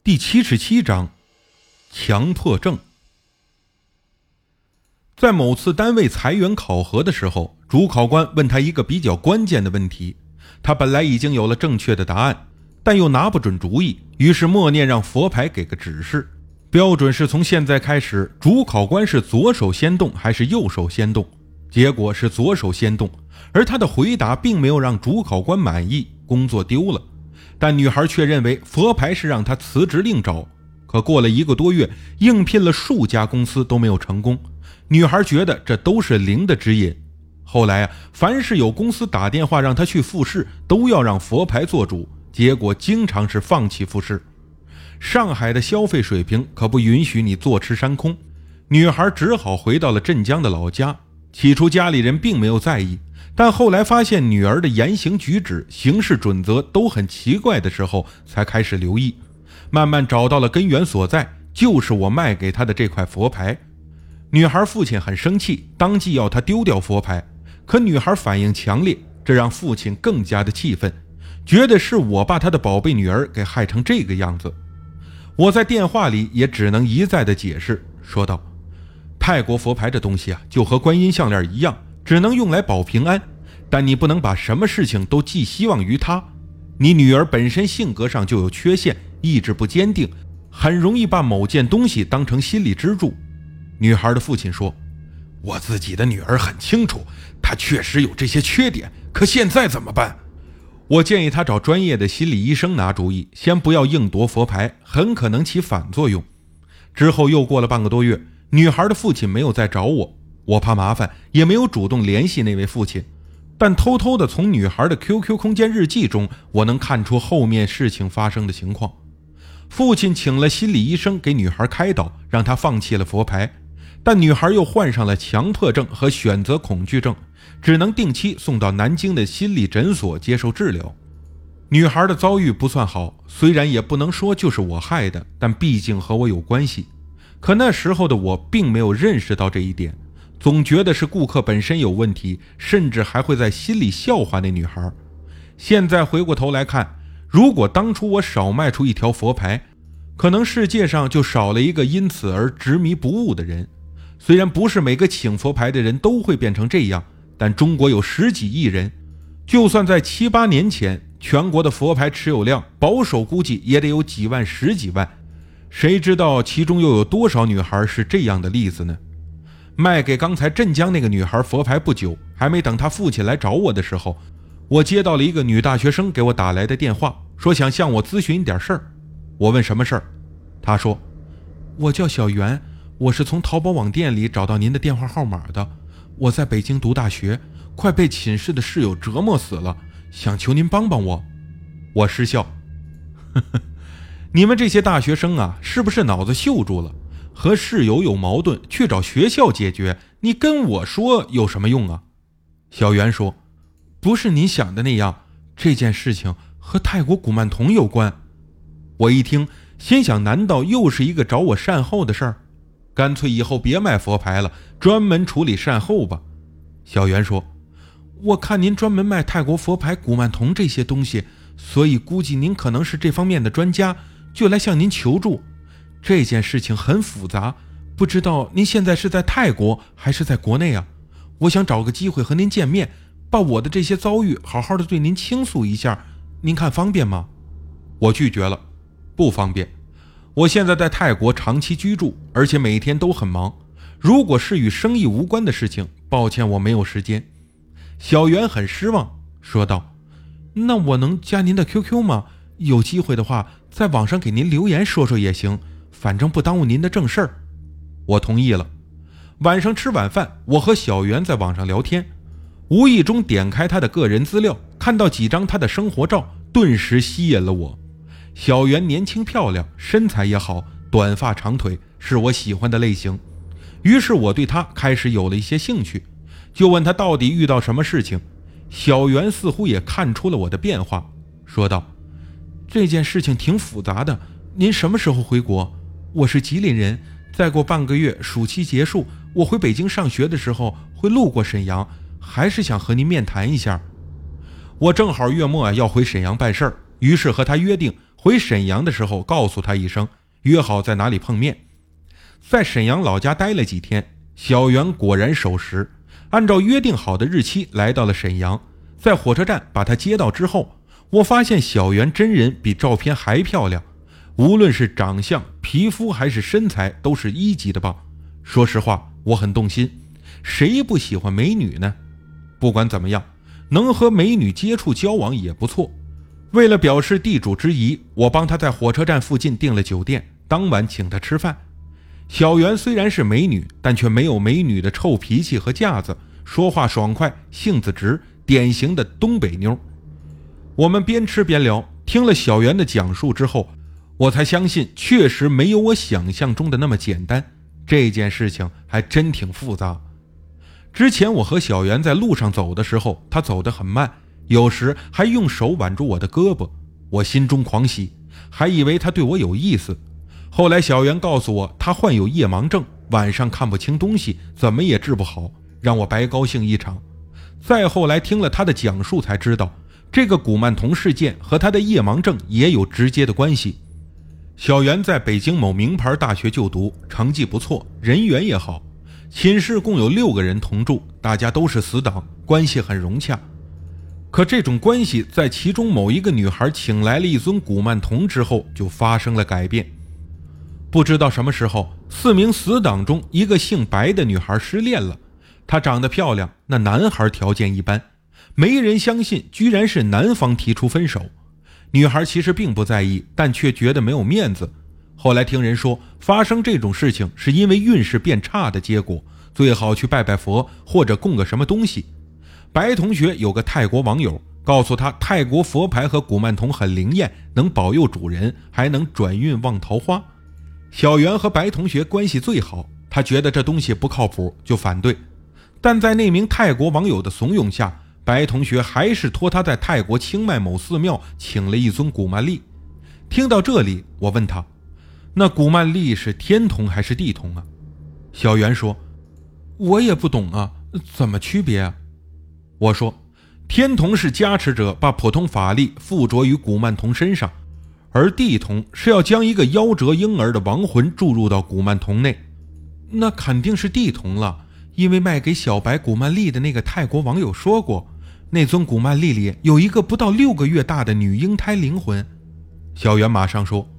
第77章强迫症。在某次单位裁员考核的时候，主考官问他一个比较关键的问题，他本来已经有了正确的答案，但又拿不准主意，于是默念让佛牌给个指示。标准是从现在开始，主考官是左手先动还是右手先动？结果是左手先动，而他的回答并没有让主考官满意，工作丢了。但女孩却认为佛牌是让她辞职另找，可过了1个多月，应聘了数家公司都没有成功。女孩觉得这都是灵的指引。后来凡是有公司打电话让她去复试，都要让佛牌做主，结果经常是放弃复试。上海的消费水平可不允许你坐吃山空，女孩只好回到了镇江的老家。起初家里人并没有在意，但后来发现女儿的言行举止、行事准则都很奇怪的时候，才开始留意，慢慢找到了根源所在，就是我卖给她的这块佛牌。女孩父亲很生气，当即要她丢掉佛牌，可女孩反应强烈，这让父亲更加的气愤，觉得是我把他的宝贝女儿给害成这个样子。我在电话里也只能一再的解释，说道：泰国佛牌这东西啊，就和观音项链一样，只能用来保平安，但你不能把什么事情都寄希望于它。你女儿本身性格上就有缺陷，意志不坚定，很容易把某件东西当成心理支柱。女孩的父亲说：我自己的女儿很清楚，她确实有这些缺点，可现在怎么办？我建议她找专业的心理医生拿主意，先不要硬夺佛牌，很可能起反作用。之后又过了半个多月，女孩的父亲没有再找我，我怕麻烦，也没有主动联系那位父亲，但偷偷的从女孩的 QQ 空间日记中，我能看出后面事情发生的情况。父亲请了心理医生给女孩开导，让她放弃了佛牌，但女孩又患上了强迫症和选择恐惧症，只能定期送到南京的心理诊所接受治疗。女孩的遭遇不算好，虽然也不能说就是我害的，但毕竟和我有关系。可那时候的我并没有认识到这一点，总觉得是顾客本身有问题，甚至还会在心里笑话那女孩。现在回过头来看，如果当初我少卖出一条佛牌，可能世界上就少了一个因此而执迷不悟的人。虽然不是每个请佛牌的人都会变成这样，但中国有10几亿人，就算在7、8年前，全国的佛牌持有量保守估计也得有几万、10几万。谁知道其中又有多少女孩是这样的例子呢？卖给刚才镇江那个女孩佛牌不久，还没等她父亲来找我的时候，我接到了一个女大学生给我打来的电话，说想向我咨询一点事儿。我问什么事儿，她说：我叫小袁，我是从淘宝网店里找到您的电话号码的，我在北京读大学，快被寝室的室友折磨死了，想求您帮帮我。我失笑，呵呵，你们这些大学生啊，是不是脑子锈住了？和室友有矛盾去找学校解决，你跟我说有什么用啊？小袁说：不是您想的那样，这件事情和泰国古曼童有关。我一听，心想难道又是一个找我善后的事儿？干脆以后别卖佛牌了，专门处理善后吧。小袁说：我看您专门卖泰国佛牌、古曼童这些东西，所以估计您可能是这方面的专家，就来向您求助。这件事情很复杂，不知道您现在是在泰国还是在国内啊？我想找个机会和您见面，把我的这些遭遇好好的对您倾诉一下，您看方便吗？我拒绝了，不方便。我现在在泰国长期居住，而且每天都很忙，如果是与生意无关的事情，抱歉我没有时间。小袁很失望，说道：那我能加您的 QQ 吗？有机会的话在网上给您留言说说也行，反正不耽误您的正事儿。我同意了。晚上吃晚饭，我和小袁在网上聊天，无意中点开他的个人资料，看到几张他的生活照，顿时吸引了我。小袁年轻漂亮，身材也好，短发长腿，是我喜欢的类型。于是我对他开始有了一些兴趣，就问他到底遇到什么事情。小袁似乎也看出了我的变化，说道：这件事情挺复杂的，您什么时候回国？我是吉林人，再过半个月暑期结束，我回北京上学的时候会路过沈阳，还是想和您面谈一下。我正好月末要回沈阳办事儿，于是和他约定回沈阳的时候告诉他一声，约好在哪里碰面。在沈阳老家待了几天，小袁果然守时，按照约定好的日期来到了沈阳。在火车站把他接到之后，我发现小袁真人比照片还漂亮，无论是长相、皮肤还是身材都是一级的棒。说实话，我很动心，谁不喜欢美女呢？不管怎么样，能和美女接触交往也不错。为了表示地主之谊，我帮他在火车站附近订了酒店，当晚请他吃饭。小袁虽然是美女，但却没有美女的臭脾气和架子，说话爽快，性子直，典型的东北妞。我们边吃边聊，听了小袁的讲述之后，我才相信确实没有我想象中的那么简单，这件事情还真挺复杂。之前我和小袁在路上走的时候，他走得很慢，有时还用手挽住我的胳膊，我心中狂喜，还以为他对我有意思。后来小袁告诉我，他患有夜盲症，晚上看不清东西，怎么也治不好，让我白高兴一场。再后来听了他的讲述才知道，这个古曼童事件和他的夜盲症也有直接的关系。小袁在北京某名牌大学就读，成绩不错，人缘也好，寝室共有6个人同住，大家都是死党，关系很融洽。可这种关系在其中某一个女孩请来了一尊古曼童之后就发生了改变。不知道什么时候，4名死党中一个姓白的女孩失恋了，她长得漂亮，那男孩条件一般，没人相信居然是男方提出分手。女孩其实并不在意，但却觉得没有面子。后来听人说，发生这种事情是因为运势变差的结果，最好去拜拜佛或者供个什么东西。白同学有个泰国网友告诉他，泰国佛牌和古曼童很灵验，能保佑主人，还能转运旺桃花。小袁和白同学关系最好，他觉得这东西不靠谱，就反对。但在那名泰国网友的怂恿下，白同学还是托他在泰国清迈某寺庙请了一尊古曼丽。听到这里，我问他，那古曼丽是天童还是地童啊？小袁说，我也不懂啊，怎么区别啊？我说，天童是加持者把普通法力附着于古曼童身上，而地童是要将一个夭折婴儿的亡魂注入到古曼童内。那肯定是地童了，因为卖给小白古曼丽的那个泰国网友说过，那尊古曼丽里有一个不到6个月大的女婴胎灵魂。小袁马上说，